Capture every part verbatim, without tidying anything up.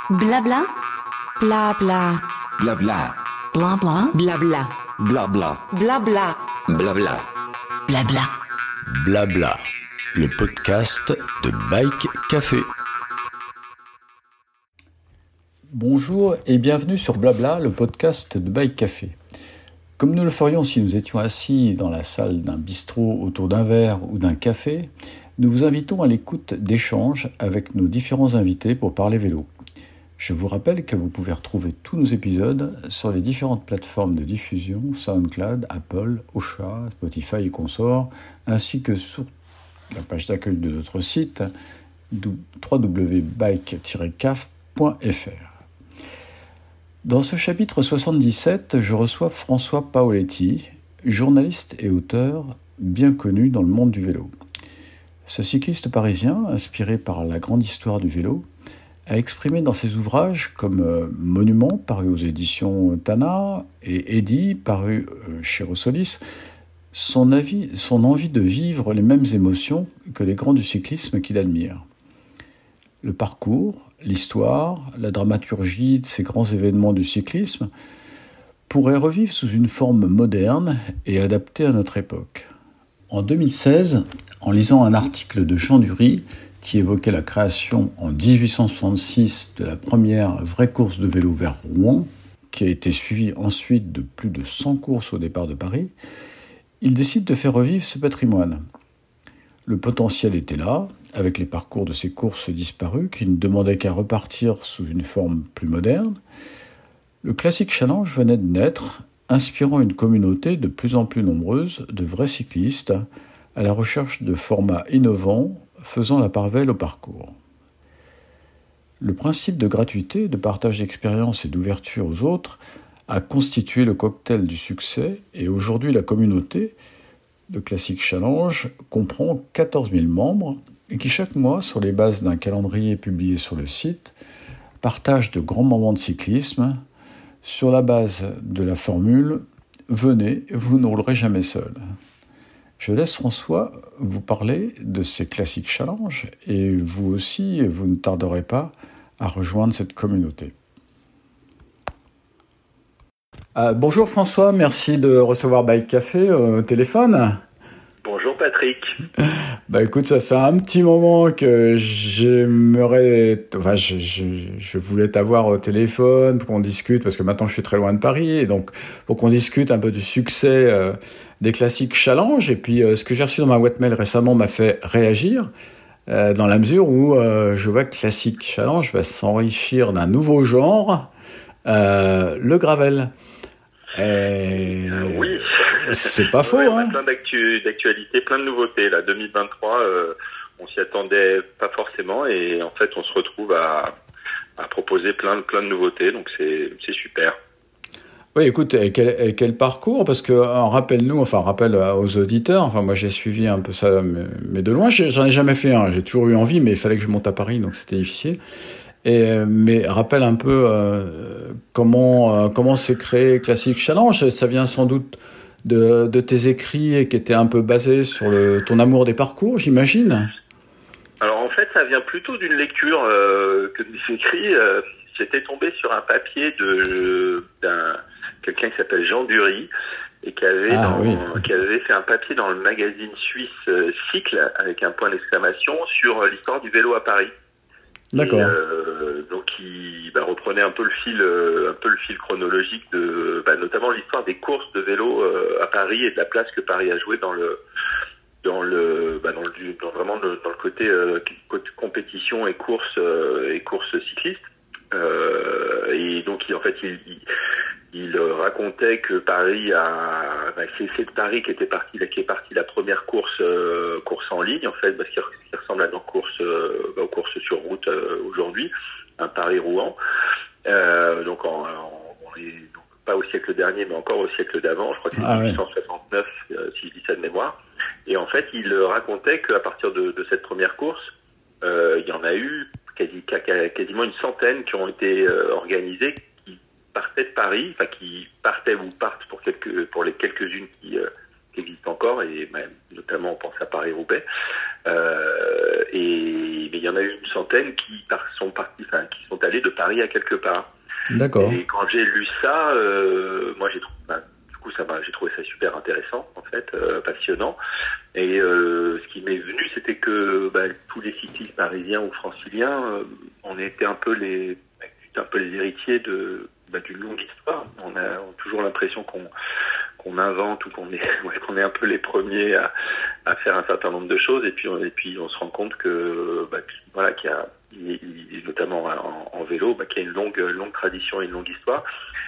Blabla. Blabla. Blabla. Blabla. Blabla. Blabla. Blabla. Blabla. Blabla. Blabla, le podcast de Bike Café. Bonjour et bienvenue sur Blabla, le podcast de Bike Café. Comme nous le ferions si nous étions assis dans la salle d'un bistrot autour d'un verre ou d'un café, nous vous invitons à l'écoute d'échanges avec nos différents invités pour parler vélo. Je vous rappelle que vous pouvez retrouver tous nos épisodes sur les différentes plateformes de diffusion, SoundCloud, Apple, Ocha, Spotify et consorts, ainsi que sur la page d'accueil de notre site w w w point bike tiret c a f point f r. Dans ce chapitre soixante-dix-sept, je reçois François Paoletti, journaliste et auteur bien connu dans le monde du vélo. Ce cycliste parisien, inspiré par la grande histoire du vélo, a exprimé dans ses ouvrages comme euh, Monument, paru aux éditions Tana, et Eddy, paru euh, chez Rossolis, son, avis, son envie de vivre les mêmes émotions que les grands du cyclisme qu'il admire. Le parcours, l'histoire, la dramaturgie de ces grands événements du cyclisme pourraient revivre sous une forme moderne et adaptée à notre époque. En deux mille seize, en lisant un article de Jean Dury qui évoquait la création en dix-huit cent soixante-six de la première vraie course de vélo vers Rouen, qui a été suivie ensuite de plus de cent courses au départ de Paris, il décide de faire revivre ce patrimoine. Le potentiel était là, avec les parcours de ces courses disparues qui ne demandaient qu'à repartir sous une forme plus moderne. Le Classic Challenge venait de naître, inspirant une communauté de plus en plus nombreuse de vrais cyclistes à la recherche de formats innovants faisant la part belle au parcours. Le principe de gratuité, de partage d'expériences et d'ouverture aux autres a constitué le cocktail du succès et aujourd'hui la communauté de Classic Challenge comprend quatorze mille membres et qui chaque mois, sur les bases d'un calendrier publié sur le site, partagent de grands moments de cyclisme sur la base de la formule « Venez, vous ne roulerez jamais seul ». Je laisse François vous parler de ces Classic Challenge et vous aussi, vous ne tarderez pas à rejoindre cette communauté. Euh, bonjour François, merci de recevoir Bike Café au téléphone. Bonjour Patrick. Bah écoute, ça fait un petit moment que j'aimerais, enfin je, je, je voulais t'avoir au téléphone pour qu'on discute, parce que maintenant je suis très loin de Paris, et donc pour qu'on discute un peu du succès euh, des Classic Challenge. Et puis euh, ce que j'ai reçu dans ma boîte mail récemment m'a fait réagir, euh, dans la mesure où euh, je vois que Classic Challenge va s'enrichir d'un nouveau genre, euh, le gravel. Et... Oui. C'est pas faux, ouais, hein. On a plein d'actu- d'actualités, plein de nouveautés. Là, deux mille vingt-trois, euh, on s'y attendait pas forcément, et en fait, on se retrouve à, à proposer plein de plein de nouveautés. Donc c'est c'est super. Oui, écoute, et quel, et quel parcours, parce que rappelle-nous, enfin rappelle aux auditeurs. Enfin, moi j'ai suivi un peu ça, mais, mais de loin. J'en ai jamais fait un. J'ai toujours eu envie, mais il fallait que je monte à Paris, donc c'était difficile. Et, mais rappelle un peu euh, comment euh, comment s'est créé Classic Challenge. Ça vient sans doute de, de tes écrits qui étaient un peu basés sur le, ton amour des parcours, j'imagine. Alors en fait, ça vient plutôt d'une lecture euh, que de mes écrits. Euh, j'étais tombé sur un papier de d'un quelqu'un qui s'appelle Jean Dury et qui avait ah, dans, oui. qui avait fait un papier dans le magazine suisse euh, Cycle avec un point d'exclamation sur euh, l'histoire du vélo à Paris. D'accord. Et, euh, donc il bah, reprenait un peu le fil, euh, un peu le fil chronologique de, bah, notamment l'histoire des courses de vélo euh, à Paris et de la place que Paris a joué dans le, dans le, bah, dans le, dans vraiment le, dans le côté, euh, côté compétition et course euh, et course cycliste. Euh, et donc il, en fait il, il, il racontait que Paris a, bah, c'est, c'est de Paris qui était parti, qui est parti la première course, euh, course en ligne en fait, parce qu'il ressemble à nos courses, euh, aux courses sur route euh, aujourd'hui, un Paris-Rouen. Euh, donc, en, en, on est donc pas au siècle dernier, mais encore au siècle d'avant. Je crois que c'est ah, dix-huit cent soixante-neuf, ouais. euh, si je dis ça de mémoire. Et en fait, il racontait qu'à partir de, de cette première course, euh, il y en a eu quasi, quasiment une centaine qui ont été euh, organisées, qui partaient de Paris, enfin qui partaient ou partent pour quelques, pour les quelques-unes qui, euh, qui existent encore, et même, notamment on pense à Paris-Roubaix. Euh, et mais il y en a eu une centaine qui par, sont partis, enfin qui sont aller de Paris à quelque part. D'accord. Et quand j'ai lu ça, euh, moi j'ai trouvé, bah, du coup ça m'a, j'ai trouvé ça super intéressant en fait, euh, passionnant. Et euh, ce qui m'est venu, c'était que bah, tous les cyclistes parisiens ou franciliens, euh, on était un peu les, un peu les héritiers de bah, d'une longue histoire. On a toujours l'impression qu'on qu'on invente ou qu'on est ouais, qu'on est un peu les premiers à, à faire un certain nombre de choses. Et puis on, et puis on se rend compte que bah, voilà qu'il y a il, il, notamment en, en vélo, bah, qu'il y a une longue longue tradition et une longue histoire.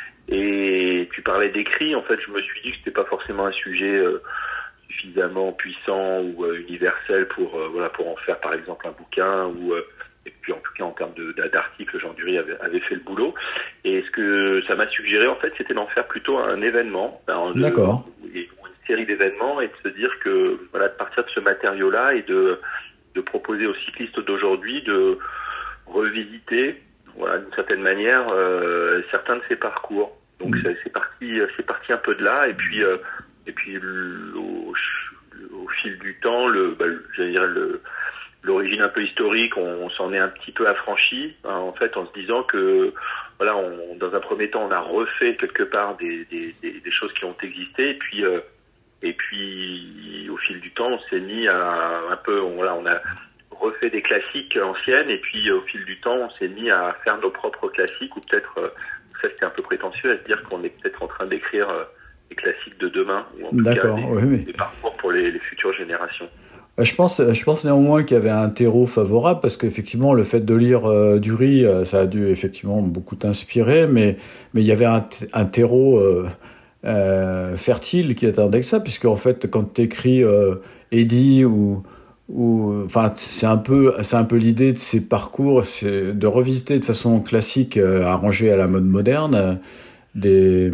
Et tu parlais d'écrit. En fait, je me suis dit que c'était pas forcément un sujet euh, suffisamment puissant ou euh, universel pour euh, voilà pour en faire par exemple un bouquin ou euh, et puis en tout cas en termes de, d'articles, Jean Dury avait, avait fait le boulot. Et ce que ça m'a suggéré en fait, c'était d'en faire plutôt un événement, un, de, D'accord. une série d'événements et de se dire que voilà de partir de ce matériau-là et de de proposer aux cyclistes d'aujourd'hui de revisiter voilà d'une certaine manière euh, certains de ces parcours. Donc mmh. c'est, c'est parti c'est parti un peu de là et puis euh, et puis au, au fil du temps le bah, j'allais dire le l'origine un peu historique, on, on s'en est un petit peu affranchi, hein, en fait, en se disant que, voilà, on, dans un premier temps, on a refait quelque part des, des, des, des choses qui ont existé, et puis, euh, et puis, au fil du temps, on s'est mis à un peu, on, voilà, on a refait des classiques anciennes, et puis, au fil du temps, on s'est mis à faire nos propres classiques, ou peut-être, euh, ça c'était un peu prétentieux, à se dire qu'on est peut-être en train d'écrire euh, des classiques de demain, ou en tout D'accord, cas des, oui, oui. des parcours pour les, les futures générations. Je pense, je pense néanmoins qu'il y avait un terreau favorable parce qu'effectivement le fait de lire euh, Dury, euh, ça a dû effectivement beaucoup t'inspirer, mais mais il y avait un, un terreau euh, euh, fertile qui attendait que ça, puisque en fait quand tu écris euh, Eddy ou ou enfin c'est un peu c'est un peu l'idée de ces parcours, c'est de revisiter de façon classique, euh, arrangée à la mode moderne, euh, des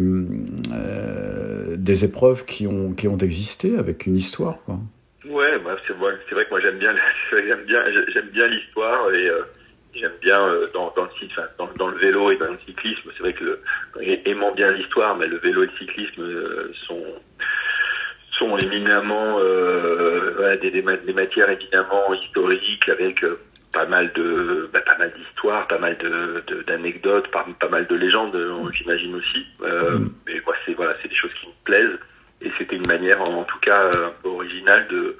euh, des épreuves qui ont qui ont existé avec une histoire, quoi. Ouais, bah c'est, c'est vrai que moi j'aime bien, j'aime bien, j'aime bien l'histoire et euh, j'aime bien euh, dans, dans le enfin, dans, dans le vélo et dans le cyclisme. C'est vrai que le, aimant bien l'histoire, mais le vélo et le cyclisme euh, sont sont éminemment euh, ouais, des, des, des matières éminemment historiques avec euh, pas mal de bah, pas mal d'histoires, pas mal de, de d'anecdotes, pas, pas mal de légendes, j'imagine aussi. Euh, mmh. Mais moi c'est voilà, c'est des choses qui me plaisent. Et c'était une manière, en tout cas, un peu originale de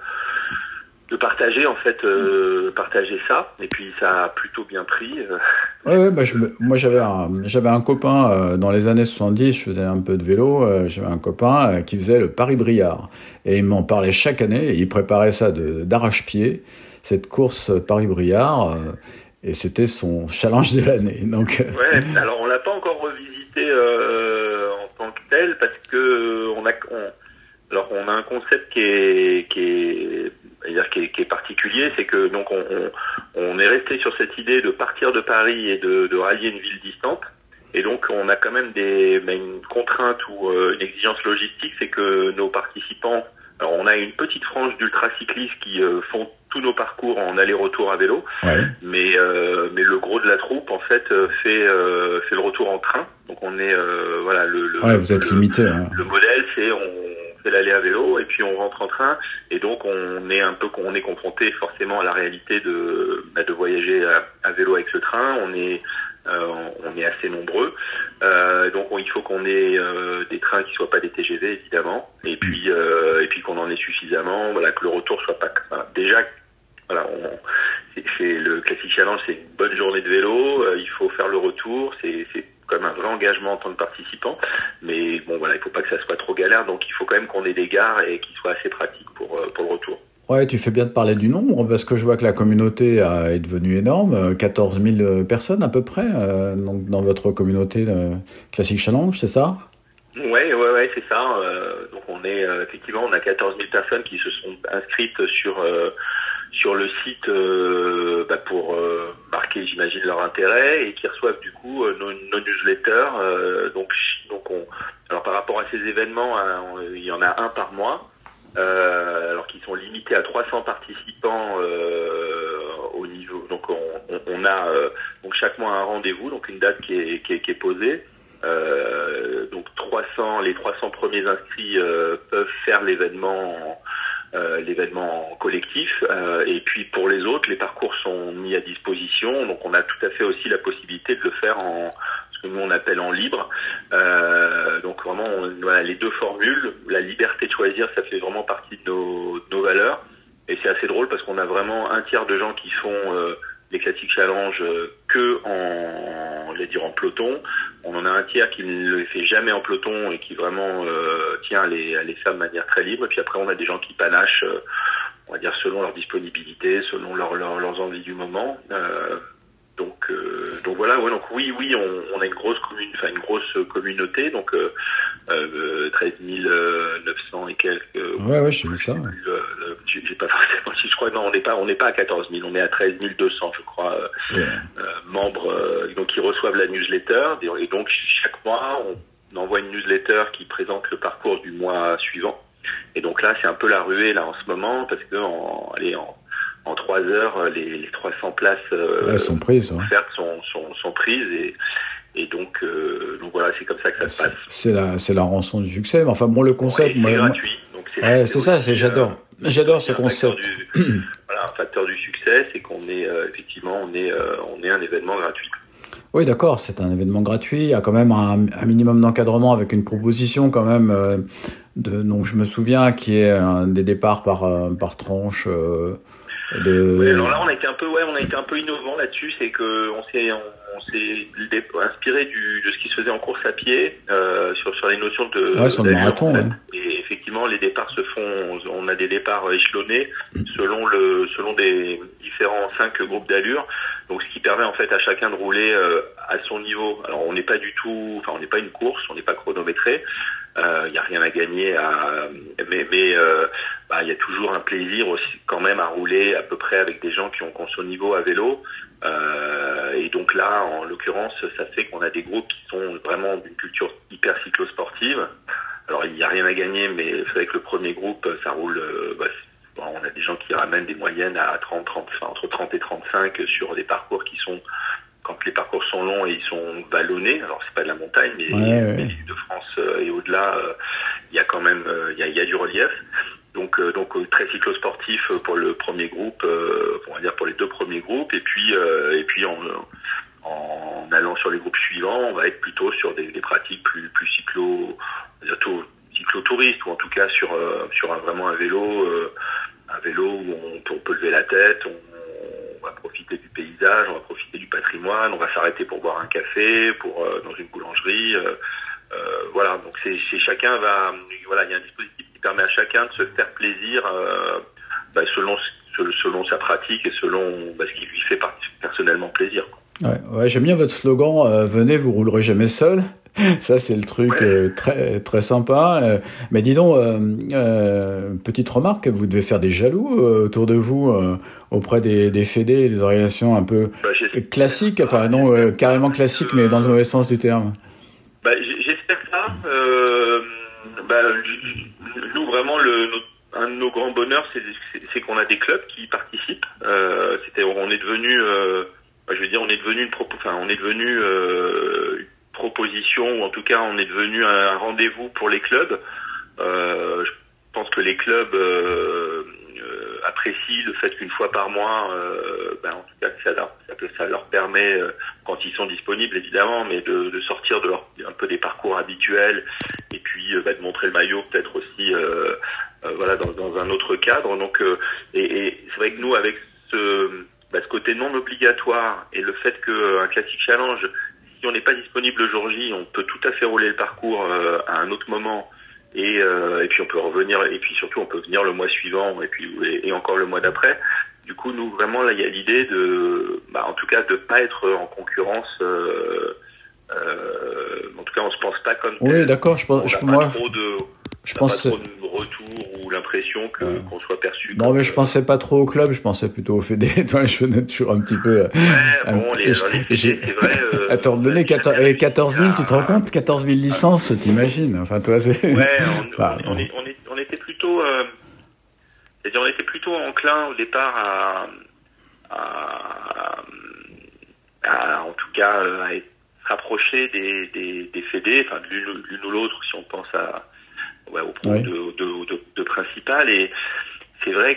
de partager en fait, euh, partager ça. Et puis ça a plutôt bien pris. Euh. Ouais, ouais, bah je, moi j'avais un j'avais un copain euh, dans les années soixante-dix. Je faisais un peu de vélo. Euh, j'avais un copain euh, qui faisait le Paris-Briard et il m'en parlait chaque année. Et il préparait ça de d'arrache-pied, cette course Paris-Briard. Euh, et c'était son challenge de l'année. Donc. Euh... Ouais. Alors on l'a pas encore revisité. Euh, en tant que tel parce que on a on, alors on a un concept qui est qui est c'est-à-dire qui est, qui est particulier, c'est que donc on, on on est resté sur cette idée de partir de Paris et de, de rallier une ville distante et donc on a quand même des bah, une contrainte ou euh, une exigence logistique, c'est que nos participants, alors on a une petite frange d'ultracyclistes qui euh, font tous nos parcours en aller-retour à vélo, ouais. mais euh, mais le gros de la troupe en fait fait euh, fait le retour en train. Donc on est euh, voilà le, le ouais, vous êtes le, limité. Hein. Le modèle c'est on fait l'aller à vélo et puis on rentre en train et donc on est un peu on est confronté forcément à la réalité de bah, de voyager à, à vélo avec ce train. On est euh, on est assez nombreux, euh, donc on, il faut qu'on ait euh, des trains qui soient pas des T G V évidemment, et puis euh, et puis qu'on en ait suffisamment, voilà, que le retour soit pas voilà, déjà voilà, on, c'est, c'est le Classic Challenge, c'est une bonne journée de vélo, euh, il faut faire le retour, c'est c'est comme un vrai engagement en tant que participant, mais bon voilà, il faut pas que ça soit trop galère, donc il faut quand même qu'on ait des gares et qu'ils soient assez pratiques pour pour le retour. Ouais, tu fais bien de parler du nombre, parce que je vois que la communauté a, est devenue énorme, quatorze mille personnes à peu près, euh, donc dans votre communauté de Classic Challenge, c'est ça ? Ouais, ouais, ouais, c'est ça. Euh, donc on est euh, effectivement, on a quatorze mille personnes qui se sont inscrites sur euh, sur le site euh, bah, pour euh, marquer, j'imagine, leur intérêt et qui reçoivent du coup euh, nos, nos newsletters. Euh, donc donc on, alors par rapport à ces événements, hein, on, il y en a un par mois. Euh, alors qu'ils sont limités à trois cents participants euh, au niveau. Donc on, on, on a euh, donc chaque mois un rendez-vous, donc une date qui est qui est, qui est posée. Euh, donc trois cents, les trois cents premiers inscrits euh, peuvent faire l'événement euh, l'événement collectif. Euh, et puis pour les autres, les parcours sont mis à disposition, donc on a tout à fait aussi la possibilité de le faire en ce que nous on appelle en libre. Euh, donc vraiment, on, voilà, les deux formules, la liberté de choisir, ça fait vraiment partie de nos, de nos valeurs. Et c'est assez drôle parce qu'on a vraiment un tiers de gens qui font euh, les Classic Challenge euh, que en, on va dire en peloton. On en a un tiers qui ne le fait jamais en peloton et qui vraiment euh, tient à les, à les faire de manière très libre. Et puis après, on a des gens qui panachent, euh, on va dire selon leur disponibilité, selon leur, leur, leurs envies du moment. Euh, donc, euh, donc voilà. Ouais, donc oui, oui, on, on a une grosse commune, enfin une grosse communauté. Donc euh, euh, treize mille neuf cents et quelques. Ouais, ouais, j'ai vu ça. Ouais. Euh, j'ai, j'ai pas forcément. Je crois non, on n'est pas, on n'est pas à quatorze mille. On est à treize mille deux cents, je crois, euh, yeah. euh, membres. Euh, donc qui reçoivent la newsletter. Et donc chaque mois, on envoie une newsletter qui présente le parcours du mois suivant. Et donc là, c'est un peu la ruée là en ce moment parce que en, allez, en En trois heures, les, les trois cents places euh, ouais, sont prises, ouais. offertes sont, sont, sont prises et, et donc, euh, donc voilà, c'est comme ça que ça c'est, se passe. C'est la, c'est la rançon du succès. Mais enfin bon, le concept, ouais, moi, c'est moi, gratuit. Donc c'est, ouais, c'est, c'est ça, aussi, c'est j'adore, euh, j'adore ce concept. Du, voilà, un facteur du succès, c'est qu'on est euh, effectivement, on est, euh, on est un événement gratuit. Oui, d'accord, c'est un événement gratuit. Il y a quand même un, un minimum d'encadrement avec une proposition quand même. Euh, de, donc je me souviens qui est un des départs par par tranche. Euh, De... Ouais, alors là, on a été un peu, ouais, on a été un peu innovant là-dessus, c'est que on s'est, on, on s'est inspiré du, de ce qui se faisait en course à pied euh, sur sur les notions de, ouais, sur le marathon. En fait. Ouais. Et effectivement, les départs se font, on a des départs échelonnés selon le, selon des différents cinq groupes d'allure. Donc, ce qui permet en fait à chacun de rouler euh, à son niveau. Alors, on n'est pas du tout, enfin, on n'est pas une course, on n'est pas chronométré. Il euh, y a rien à gagner, à, mais mais euh, bah, y a toujours un plaisir aussi quand même à rouler à peu près avec des gens qui ont, qui ont son niveau à vélo. Euh, et donc là, en l'occurrence, ça fait qu'on a des groupes qui sont vraiment d'une culture hyper cyclosportive. Alors il n'y a rien à gagner, mais c'est vrai que le premier groupe, ça roule. Euh, bah, bon, on a des gens qui ramènent des moyennes à trente, trente, enfin, entre trente et trente-cinq sur des parcours qui sont, quand les parcours sont longs et ils sont vallonnés, alors c'est pas de la montagne, mais, ouais, mais ouais. l'île de France euh, et au-delà, il euh, y a quand même, il euh, y, a, y a du relief. Donc, euh, donc très cyclosportif pour le premier groupe, euh, on va dire pour les deux premiers groupes, et puis, euh, et puis en, en allant sur les groupes suivants, on va être plutôt sur des, des pratiques plus, plus cyclo, tout, cyclotouristes, ou en tout cas sur, euh, sur un, vraiment un vélo, euh, un vélo où on, on peut lever la tête, on, on va profiter du paysage, on va profiter du patrimoine, on va s'arrêter pour boire un café, pour euh, dans une boulangerie. Euh, euh, voilà, donc c'est, c'est chacun va, voilà, il y a un dispositif qui permet à chacun de se faire plaisir euh, bah, selon selon sa pratique et selon bah, ce qui lui fait personnellement plaisir. Ouais, ouais, j'aime bien votre slogan. Euh, venez, vous roulerez jamais seul. Ça, c'est le truc ouais. euh, très très sympa. Euh, mais dis donc, euh, euh, petite remarque, vous devez faire des jaloux euh, autour de vous euh, auprès des, des fédés, des organisations un peu bah, classiques, enfin non, euh, carrément classiques, mais dans le mauvais sens du terme. Bah, j'espère ça. Euh, bah, nous, vraiment, le, notre, un de nos grands bonheurs, c'est, c'est, c'est qu'on a des clubs qui participent. Euh, c'était, on est devenu, euh, je veux dire, on est devenu une propo, enfin, on est devenu euh, une proposition, ou en tout cas, on est devenu un, un rendez-vous pour les clubs. Euh, je pense que les clubs euh, euh, apprécient le fait qu'une fois par mois, euh, ben, en tout cas, ça leur, ça, ça leur permet, euh, quand ils sont disponibles évidemment, mais de, de sortir de leur, un peu des parcours habituels et puis euh, bah, de montrer le maillot peut-être aussi euh, euh, voilà dans, dans un autre cadre. Donc euh, et, et c'est vrai que nous avec ce, bah, ce côté non obligatoire et le fait qu'un Classic Challenge, si on n'est pas disponible le jour J, on peut tout à fait rouler le parcours euh, à un autre moment. Et, euh, et puis on peut revenir, et puis surtout on peut venir le mois suivant et puis et, et encore le mois d'après. Du coup, nous vraiment là, il y a l'idée de, bah, en tout cas, de pas être en concurrence. Euh, euh, en tout cas, on se pense pas comme. Oui, tel. D'accord. Je pense, je, pas moi, trop de, je pense. Pas trop de retour ou l'impression que ouais. qu'on soit perçu. Non, mais je pensais pas trop au club. Je pensais plutôt au fédé. je venais toujours un petit peu. Ouais, bon, les, je, les fédés, c'est vrai. Euh, Attends, donner quatorze mille, tu te rends compte, quatorze mille licences, t'imagines. Enfin, toi, c'est. Ouais, on, ah, on, on, est, on, est, on était plutôt. Euh, C'est-à-dire, on était plutôt enclin au départ à, à, à en tout cas, à être rapprocher des, des, des fédés, enfin, l'une, l'une ou l'autre, si on pense à, ouais, au pro oui. de, de, de, de principal. Et, c'est vrai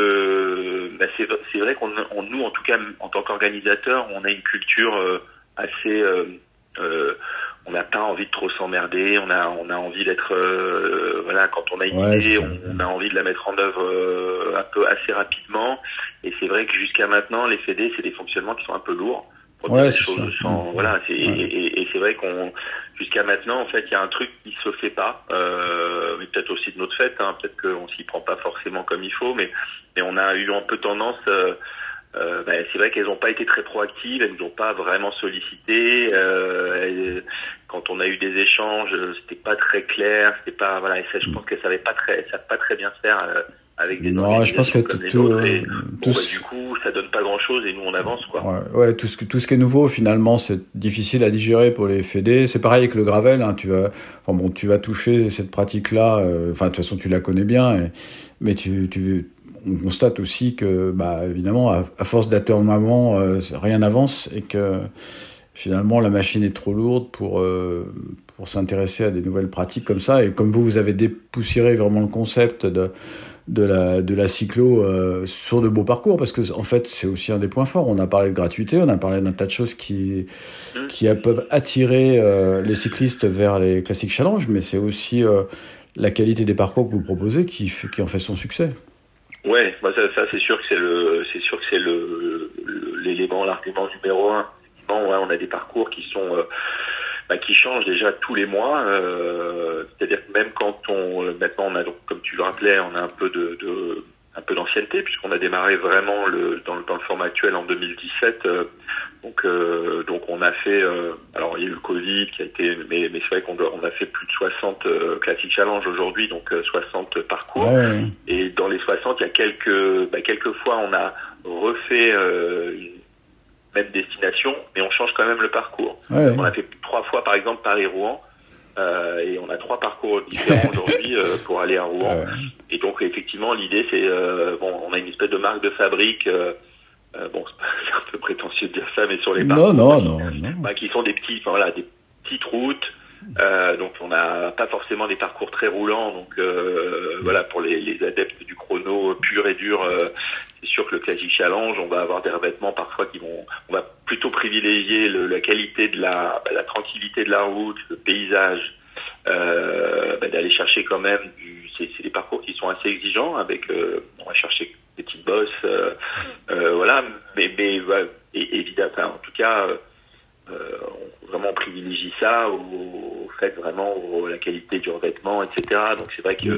que bah, c'est, c'est vrai qu'on on, nous en tout cas en tant qu'organisateurs, on a une culture euh, assez euh, euh, on n'a pas envie de trop s'emmerder, on a on a envie d'être euh, voilà, quand on a une ouais, idée, on, on a envie de la mettre en œuvre euh, un peu assez rapidement. Et c'est vrai que jusqu'à maintenant, les fédés, c'est des fonctionnements qui sont un peu lourds. Pour ouais, dire c'est les choses ça. sans, Ouais. voilà, c'est, Ouais. et, et, et c'est vrai qu'on jusqu'à maintenant, en fait, il y a un truc qui se fait pas, euh, mais peut-être aussi de notre fait, hein, peut-être qu'on s'y prend pas forcément comme il faut, mais mais on a eu un peu tendance. Euh, Euh, ben, c'est vrai qu'elles n'ont pas été très proactives, elles nous ont pas vraiment sollicité. Euh, elles, quand on a eu des échanges, c'était pas très clair, c'était pas voilà. Et ça, je pense qu'elles savaient pas très, elles savent pas très bien se faire euh, avec des Non, je pense que organisations comme les tout, nôtres. Et, euh, bon, tout bah, ce- du coup, ça donne pas grand-chose et nous on avance quoi. Ouais, ouais, tout ce, que- tout ce qui est nouveau, finalement, c'est difficile à digérer pour les fédés. C'est pareil avec le gravel, hein, tu vas, enfin bon, tu vas toucher cette pratique-là, euh, enfin, de toute façon, tu la connais bien, et- mais tu, tu, on constate aussi que, bah, évidemment, à, à force d'atermoiement, euh, rien n'avance, et que, finalement, la machine est trop lourde pour, euh, pour s'intéresser à des nouvelles pratiques comme ça. Et comme vous, vous avez dépoussiéré vraiment le concept de, de la, de la cyclo euh, sur de beaux parcours, parce que en fait c'est aussi un des points forts. On a parlé de gratuité, on a parlé d'un tas de choses qui, Mmh. qui peuvent attirer euh, les cyclistes vers les Classic Challenge, mais c'est aussi euh, la qualité des parcours que vous proposez qui, f- qui en fait son succès. Ouais, bah ça, ça c'est sûr que c'est le, c'est sûr que c'est le, le- l'élément, l'argument numéro un. Effectivement, ouais, on a des parcours qui sont, euh, bah, qui changent déjà tous les mois. Euh, c'est-à-dire que même quand on, maintenant on a donc, comme tu le rappelais, on a un peu de, de un peu d'ancienneté puisqu'on a démarré vraiment le, dans, le, dans le format actuel en deux mille dix-sept. Euh, donc, euh, donc on a fait, euh, alors il y a eu le Covid qui a été, mais, mais c'est vrai qu'on doit, on a fait plus de soixante euh, Classic Challenge aujourd'hui, donc euh, soixante parcours. Ouais. Et dans les soixante, il y a quelques, bah, quelques fois, on a refait euh, une même destination, mais on change quand même le parcours. Ouais. On a fait trois fois, par exemple, Paris-Rouen, euh, et on a trois parcours différents aujourd'hui euh, pour aller à Rouen. Ouais. Et donc, effectivement, l'idée, c'est, euh, bon, on a une espèce de marque de fabrique. Euh, euh, bon, c'est, pas, c'est un peu prétentieux de dire ça, mais sur les parcours, Non, non, qui, non, non. bah, qui sont des petits, enfin, voilà, des petites routes. Euh, donc on n'a pas forcément des parcours très roulants, donc euh, voilà, pour les, les adeptes du chrono pur et dur, euh, c'est sûr que le Classic Challenge, on va avoir des revêtements parfois qui vont, on va plutôt privilégier le, la qualité de la, bah, la tranquillité de la route, le paysage, euh, bah, d'aller chercher quand même du, c'est, c'est des parcours qui sont assez exigeants avec, euh, on va chercher des petites bosses, euh, euh, voilà, mais mais ouais, et, évidemment, enfin, en tout cas. Euh, Euh, on, vraiment on privilégie ça au, au fait vraiment au, la qualité du revêtement, et cetera. Donc c'est vrai que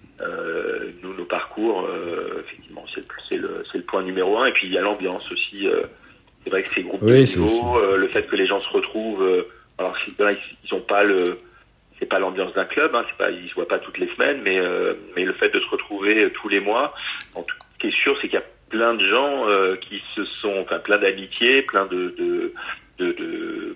euh, nous nos parcours, euh, effectivement, c'est, c'est le c'est le point numéro un. Et puis il y a l'ambiance aussi. Euh, c'est vrai que ces groupes Oui, de c'est niveau, euh, le fait que les gens se retrouvent. Euh, alors c'est, là, ils, ils ont pas le c'est pas l'ambiance d'un club, hein, c'est pas ils se voient pas toutes les semaines, mais euh, mais le fait de se retrouver tous les mois. En tout, ce qui est sûr, c'est qu'il y a plein de gens euh, qui se sont, enfin plein d'amitiés, plein de, de de, de,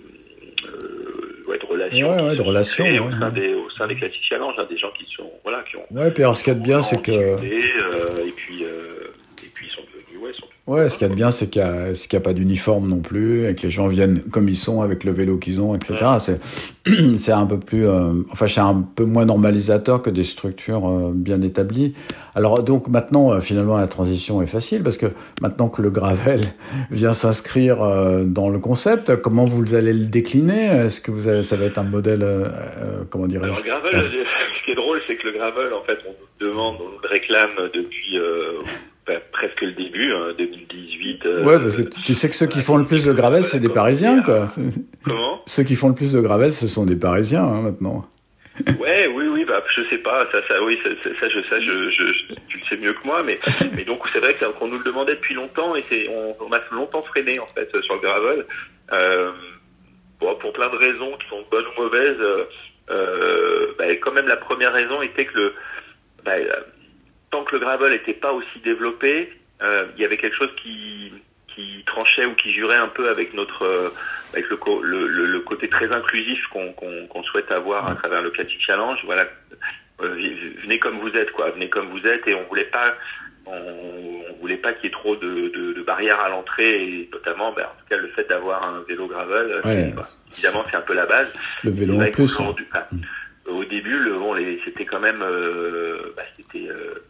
euh, ouais, de relations, Ouais, ouais, de relations, créées ouais, au sein ouais. des au sein des Classic Challenge, hein, des gens qui sont voilà qui ont Ouais, puis alors ce qu'il y a de bien, c'est que discuté, euh, et puis euh, et puis ils sont devenus ouais, ils sont ouais, ce qu'il y a de bien, c'est qu'il y a, c'est qu'il y a pas d'uniforme non plus, et que les gens viennent comme ils sont, avec le vélo qu'ils ont, et cetera. Ouais. C'est, c'est un peu plus, euh, enfin, c'est un peu moins normalisateur que des structures euh, bien établies. Alors, donc, maintenant, euh, finalement, la transition est facile, parce que maintenant que le gravel vient s'inscrire euh, dans le concept, comment vous allez le décliner? Est-ce que vous allez, ça va être un modèle, euh, euh, comment dirais-je? Alors, le gravel, ce qui est drôle, c'est que le gravel, en fait, on nous demande, on nous le réclame depuis euh, ben, presque le début, hein, deux mille dix-huit. Euh, Ouais, parce que tu sais que ceux qui font le plus de gravel, c'est des Parisiens, quoi. Comment? Ceux qui font le plus de gravel, ce sont des Parisiens, hein, maintenant. Ouais, oui, oui, bah, je sais pas, ça, ça, oui, ça, ça, ça, je, ça, je, je, je, tu le sais mieux que moi, mais, mais donc, c'est vrai que, qu'on nous le demandait depuis longtemps, et c'est, on, on a longtemps freiné, en fait, sur le gravel, euh, bon, pour plein de raisons qui sont bonnes ou mauvaises, euh, euh, bah, quand même, la première raison était que le, bah, tant que le gravel n'était pas aussi développé, euh, il y avait quelque chose qui, qui tranchait ou qui jurait un peu avec notre, euh, avec le, le, le, le côté très inclusif qu'on, qu'on, qu'on souhaite avoir à travers le Classic Challenge. Voilà, euh, venez comme vous êtes, quoi. Venez comme vous êtes, et on voulait pas, on, on voulait pas qu'il y ait trop de, de, de barrières à l'entrée, et notamment, ben, en tout cas, le fait d'avoir un vélo gravel. Ouais. C'est, bah, évidemment, c'est un peu la base. Le vélo en plus. Hein. Au début, le, bon, les, c'était quand même, euh, bah, c'était euh, au début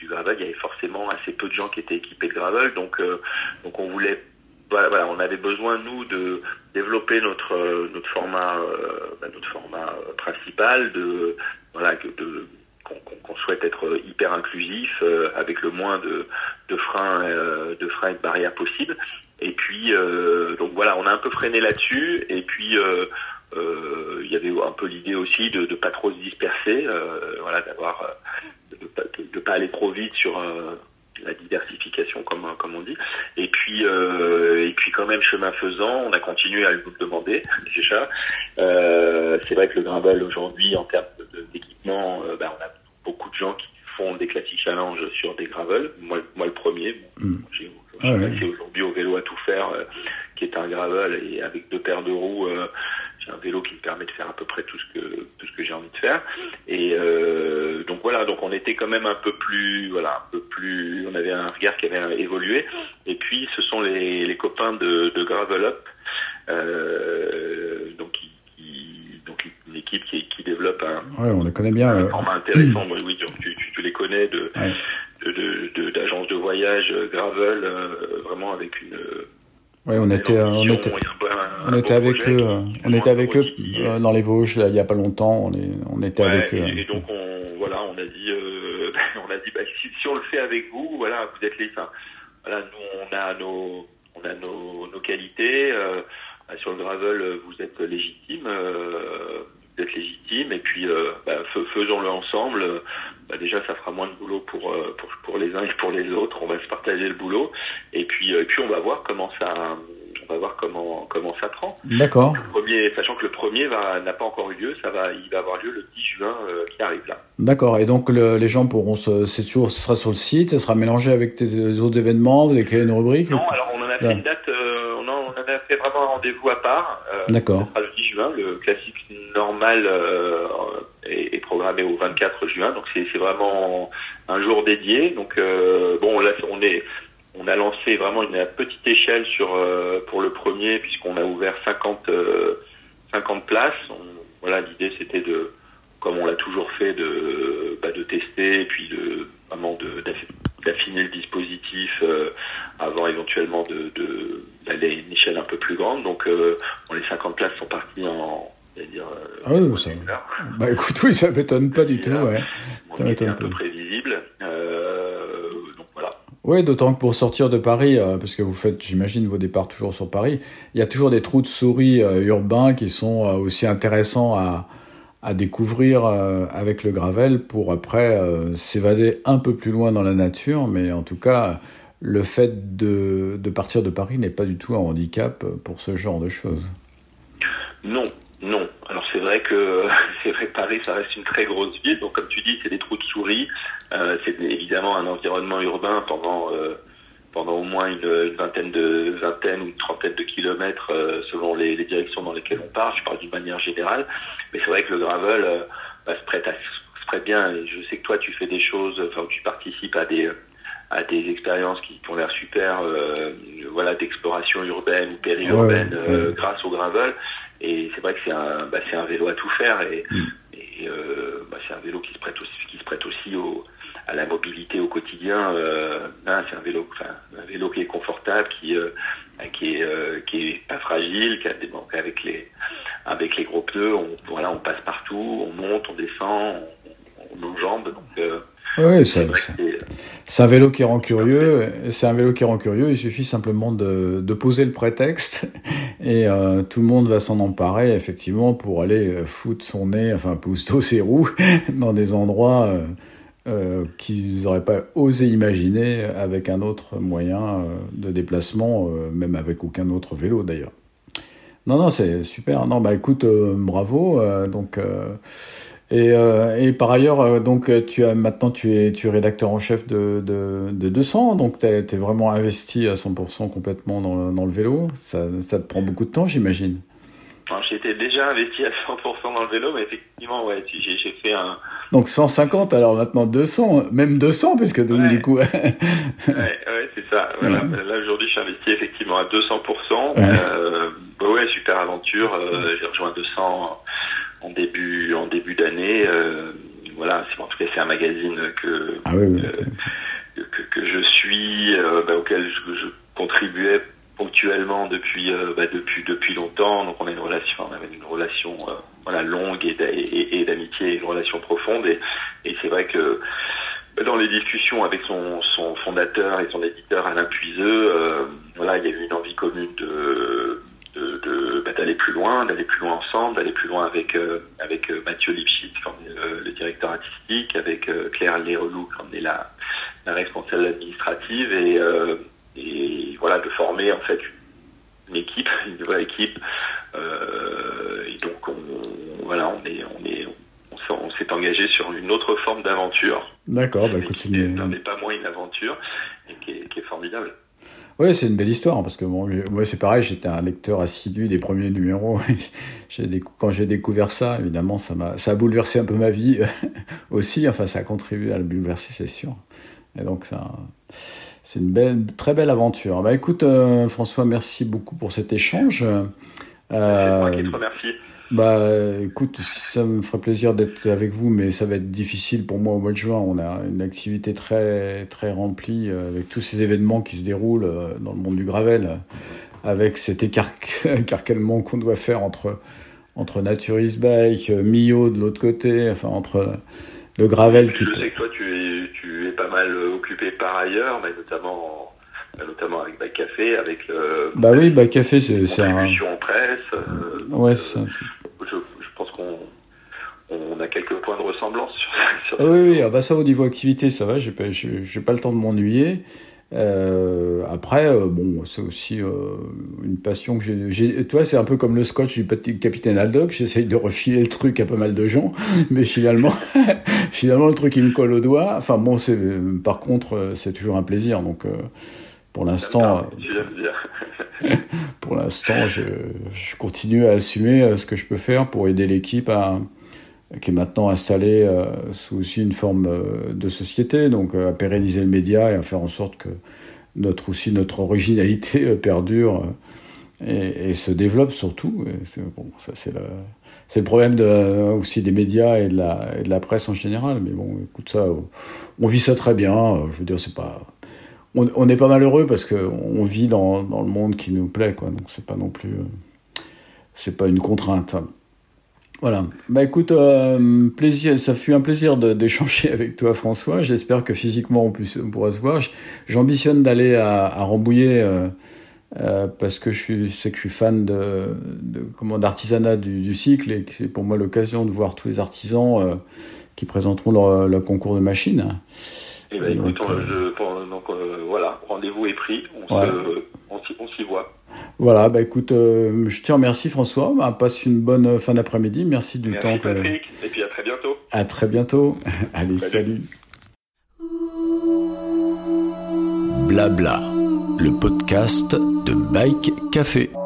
du gravel, il y avait forcément assez peu de gens qui étaient équipés de gravel, donc euh, donc on voulait, voilà, voilà, on avait besoin nous de développer notre euh, notre format euh, bah, notre format principal, de voilà que de qu'on, qu'on souhaite être hyper inclusif, euh, avec le moins de de freins euh, de freins et de barrières possibles. Et puis euh, donc voilà, on a un peu freiné là-dessus, et puis euh, euh, il y avait un peu l'idée aussi de de pas trop se disperser, euh, voilà, d'avoir de pas de, de pas aller trop vite sur euh, la diversification, comme comme on dit. Et puis euh, et puis quand même, chemin faisant, on a continué à le demander déjà. Euh, c'est vrai que le gravel aujourd'hui, en termes de, de, d'équipement, euh, ben, on a beaucoup de gens qui font des classiques challenge sur des gravels. Moi, moi le premier. Bon, mmh. J'ai, j'ai ah, passé ouais. aujourd'hui au vélo à tout faire, euh, qui est un gravel, et avec deux paires de roues. Euh, j'ai un vélo qui me permet de faire à peu près tout ce que tout ce que j'ai envie de faire. Et euh, donc voilà, donc on était quand même un peu plus, voilà, un peu plus. On avait un regard qui avait évolué. Et puis ce sont les les copains de, de Gravel Up, euh, donc qui, qui donc une équipe qui qui développe un. Ouais, on les connaît bien. Un euh... format intéressant. Moi, oui, tu, tu tu les connais de. Ouais. De, de, de, d'agences de voyage euh, gravel, euh, vraiment avec une. Ouais, on était, on était, on était avec eux, on était avec eux euh, dans les Vosges là, il y a pas longtemps. On est, on était ouais, avec et, eux. Et donc on, voilà, on a dit, euh, on a dit, bah, si, si on le fait avec vous, voilà, vous êtes les, enfin, voilà, nous on a nos, on a nos, nos qualités. Euh, sur le gravel, vous êtes légitime, euh, vous êtes légitime, et puis euh, bah, faisons-le ensemble. Bah, déjà, ça fera moins de boulot pour, pour pour les uns et pour les autres. On va se partager le boulot, et puis et puis on va voir comment ça, on va voir comment comment ça prend. D'accord. Le premier, sachant que le premier va n'a pas encore eu lieu, ça va, il va avoir lieu le dix juin euh, qui arrive là. D'accord. Et donc le, les gens pourront se, c'est toujours, ce sera sur le site, ça sera mélangé avec des autres événements. Vous avez créé une rubrique. Non, alors on en a fait ouais. une date, euh, on, en, on en a fait vraiment un rendez-vous à part. Euh, D'accord. Ce sera le dix juin, le classique normal euh, est, est programmé au vingt-quatre juin, donc c'est, c'est vraiment un jour dédié. Donc euh, bon, là on est, on a lancé vraiment une petite échelle sur euh, pour le premier, puisqu'on a ouvert cinquante, euh, cinquante places. On, voilà, l'idée c'était de, comme on l'a toujours fait, de, bah, de tester et puis de vraiment de, d'affiner le dispositif euh, avant éventuellement de, de d'aller à une échelle un peu plus grande. Donc euh, bon, les cinquante places sont parties en, c'est-à-dire euh, ah oui, ça. Bah écoute, oui, ça m'étonne pas du tout, ouais. Ça m'étonne un peu prévisible. Euh, donc voilà. Oui, d'autant que pour sortir de Paris, euh, parce que vous faites, j'imagine, vos départs toujours sur Paris, il y a toujours des trous de souris euh, urbains qui sont euh, aussi intéressants à, à découvrir euh, avec le gravel pour après euh, s'évader un peu plus loin dans la nature. Mais en tout cas, le fait de, de partir de Paris n'est pas du tout un handicap pour ce genre de choses. Non. Non. Alors c'est vrai que c'est vrai que Paris, ça reste une très grosse ville. Donc comme tu dis, c'est des trous de souris. Euh, c'est évidemment un environnement urbain pendant euh, pendant au moins une, une vingtaine de vingtaine ou une trentaine de kilomètres euh, selon les, les directions dans lesquelles on part. Je parle d'une manière générale. Mais c'est vrai que le gravel euh, bah, se prête à, se prête bien. Et je sais que toi, tu fais des choses, enfin tu participes à des à des expériences qui ont l'air super, euh, voilà, d'exploration urbaine ou périurbaine ouais, ouais. Euh, grâce au gravel. Et c'est vrai que c'est un, bah, c'est un vélo à tout faire, et, mmh. et euh, bah, c'est un vélo qui se prête aussi, qui se prête aussi au, à la mobilité au quotidien. Euh, hein, c'est un vélo, enfin, un vélo qui est confortable, qui, euh, qui est, euh, qui est pas fragile, qui a des, bon, avec les, avec les gros pneus, on, voilà, on passe partout, on monte, on descend, on, on enjambe, donc. Euh, Oui, c'est, c'est, c'est, c'est un vélo qui rend curieux. C'est un vélo qui rend curieux. Il suffit simplement de, de poser le prétexte et euh, tout le monde va s'en emparer effectivement pour aller foutre son nez, enfin pousser ses roues dans des endroits euh, euh, qu'ils n'auraient pas osé imaginer avec un autre moyen euh, de déplacement, euh, même avec aucun autre vélo d'ailleurs. Non, non, c'est super. Non, bah écoute, euh, bravo. Euh, donc. Euh, Et, euh, et par ailleurs, euh, donc tu as maintenant tu es tu es rédacteur en chef de de, de deux cents, donc tu es vraiment investi à cent pour cent complètement dans le, dans le vélo. Ça ça te prend beaucoup de temps, j'imagine. Alors, j'étais déjà investi à cent pour cent dans le vélo, mais effectivement, ouais, j'ai j'ai fait un. Donc cent cinquante, alors maintenant deux cents, même deux cents, puisque donc, ouais. du coup. ouais, ouais, c'est ça. Voilà. Ouais. Là aujourd'hui, je suis investi effectivement à deux cents pour cent. Ouais, euh, bah ouais, super aventure. Euh, j'ai rejoint deux cents. En début, en début d'année, euh, voilà, c'est, en tout cas, c'est un magazine que, ah, oui, oui. Euh, que, que je suis, euh, bah, auquel je, je contribuais ponctuellement depuis, euh, bah, depuis, depuis longtemps. Donc on a une relation, on avait une relation, euh, voilà, longue et, et, et d'amitié, une relation profonde. Et, et c'est vrai que dans les discussions avec son, son fondateur et son éditeur Alain Puiseux, euh, voilà, il y a eu une envie commune de, de, de bah, d'aller plus loin, d'aller plus loin ensemble, d'aller plus loin avec euh, avec euh, Mathieu Lipschitz, qui en est le, le directeur artistique, avec euh, Claire Léreloup, qui en est la, la responsable administrative, et, euh, et voilà, de former en fait une équipe, une nouvelle équipe. Euh, et donc on, voilà, on est on est on s'est engagé sur une autre forme d'aventure. D'accord, bah écoute, c'est une... n'en est pas moins une aventure et qui est, qui est formidable. Oui, c'est une belle histoire, parce que bon, moi c'est pareil, j'étais un lecteur assidu des premiers numéros. j'ai décou... Quand j'ai découvert ça, évidemment, ça m'a, ça a bouleversé un peu ma vie aussi. Enfin, ça a contribué à le bouleverser, c'est sûr. Et donc, ça, c'est une belle, très belle aventure. Bah écoute, euh, François, merci beaucoup pour cet échange. Euh, c'est moi qui te remercie. Bah, écoute, ça me ferait plaisir d'être avec vous, mais ça va être difficile pour moi au mois de juin. On a une activité très, très remplie euh, avec tous ces événements qui se déroulent euh, dans le monde du gravel, euh, avec cet écarquellement qu'on doit faire entre, entre Naturist Bike, euh, Millau de l'autre côté, enfin, entre le gravel qui... Je sais que toi, tu es, tu es pas mal occupé par ailleurs, mais notamment... notamment avec Bike Café, avec le... Bah oui, Bike Café, c'est, c'est un... contribution en presse. Euh, ouais, euh, c'est ça. Je, je pense qu'on on a quelques points de ressemblance sur, sur ah, oui, oui, ah bah ça, au niveau activité, ça va, j'ai pas, j'ai, j'ai pas le temps de m'ennuyer. Euh, après, euh, bon, c'est aussi euh, une passion que j'ai, j'ai... Tu vois, c'est un peu comme le scotch du petit capitaine Haddock, j'essaye de refiler le truc à pas mal de gens, mais finalement, finalement, le truc, il me colle au doigt. Enfin bon, c'est, par contre, c'est toujours un plaisir, donc... Euh, Pour l'instant, euh, pour l'instant, je, je continue à assumer ce que je peux faire pour aider l'équipe à, qui est maintenant installée euh, sous aussi une forme euh, de société, donc euh, à pérenniser le média et à faire en sorte que notre aussi notre originalité euh, perdure euh, et, et se développe surtout. Et c'est, bon, ça c'est le c'est le problème de, aussi des médias et de la et de la presse en général. Mais bon, écoute, ça, on vit ça très bien. Je veux dire, c'est pas On, on est pas mal heureux parce qu'on vit dans, dans le monde qui nous plaît, quoi. Donc c'est pas non plus, euh, c'est pas une contrainte. Voilà. Bah écoute, euh, plaisir, ça fut un plaisir de, d'échanger avec toi, François. J'espère que physiquement on, puisse, on pourra se voir. J'ambitionne d'aller à, à Rambouillet euh, euh, parce que je, suis, je sais que je suis fan de, de comment d'artisanat du, du cycle et que c'est pour moi l'occasion de voir tous les artisans euh, qui présenteront leur, leur concours de machines. Eh ben, écoute, donc, euh, je, pour, donc euh, voilà, rendez-vous est pris, on, ouais. se, on, s'y, on s'y voit. Voilà, bah écoute, euh, je te remercie François, bah, passe une bonne fin d'après-midi, merci du merci temps. Merci Patrick, que... et puis à très bientôt. À très bientôt, allez, salut. salut. Blabla, le podcast de Bike Café.